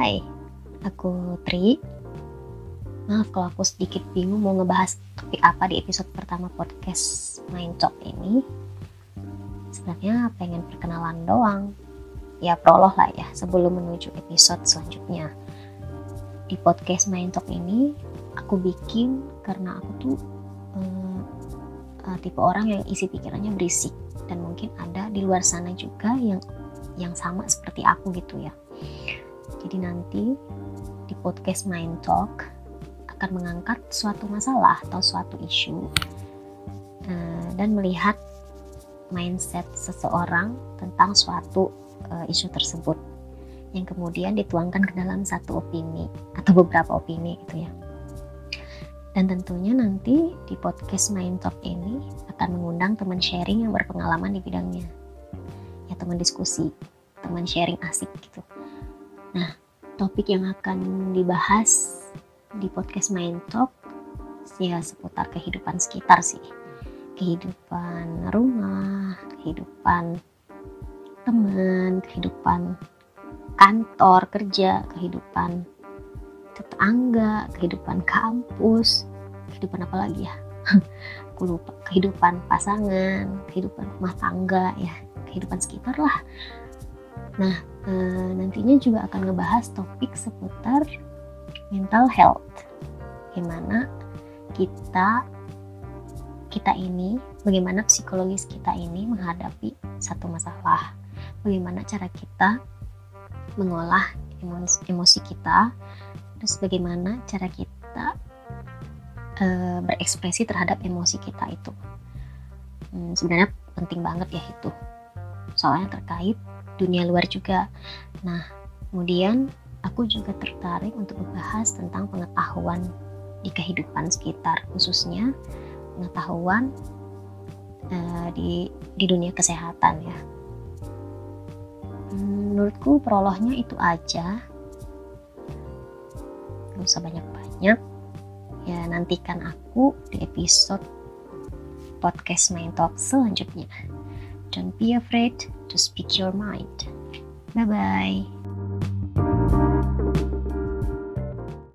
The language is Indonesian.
Hai, aku Tri. Maaf kalau aku sedikit bingung mau ngebahas topik apa di episode pertama podcast Mind Talk ini. Sebenarnya pengen perkenalan doang. Ya prolog lah ya sebelum menuju episode selanjutnya. Di podcast Mind Talk ini aku bikin karena aku tuh tipe orang yang isi pikirannya berisik. Dan mungkin ada di luar sana juga yang sama seperti aku gitu ya. Jadi nanti di podcast Mind Talk akan mengangkat suatu masalah atau suatu isu dan melihat mindset seseorang tentang suatu isu tersebut yang kemudian dituangkan ke dalam satu opini atau beberapa opini gitu ya. Dan tentunya nanti di podcast Mind Talk ini akan mengundang teman sharing yang berpengalaman di bidangnya. Ya teman diskusi, teman sharing asik gitu. Nah, topik yang akan dibahas di podcast Mind Talk ya seputar kehidupan sekitar sih. Kehidupan rumah, kehidupan teman, kehidupan kantor, kerja, kehidupan tetangga, kehidupan kampus, kehidupan apa lagi ya? Aku lupa. Kehidupan pasangan, kehidupan rumah tangga ya, kehidupan sekitar lah. Nah, nantinya juga akan ngebahas topik seputar mental health. Gimana kita ini, bagaimana psikologis kita ini menghadapi satu masalah. Bagaimana cara kita mengolah emosi kita. Terus bagaimana cara kita berekspresi terhadap emosi kita itu. Sebenarnya penting banget ya itu. Soalnya terkait dunia luar juga. Nah, kemudian aku juga tertarik untuk membahas tentang pengetahuan di kehidupan sekitar, khususnya pengetahuan di dunia kesehatan ya. Menurutku prolognya itu aja. Gak usah banyak-banyak ya, nantikan aku di episode podcast Mind Talk selanjutnya. Don't be afraid to speak your mind. Bye bye.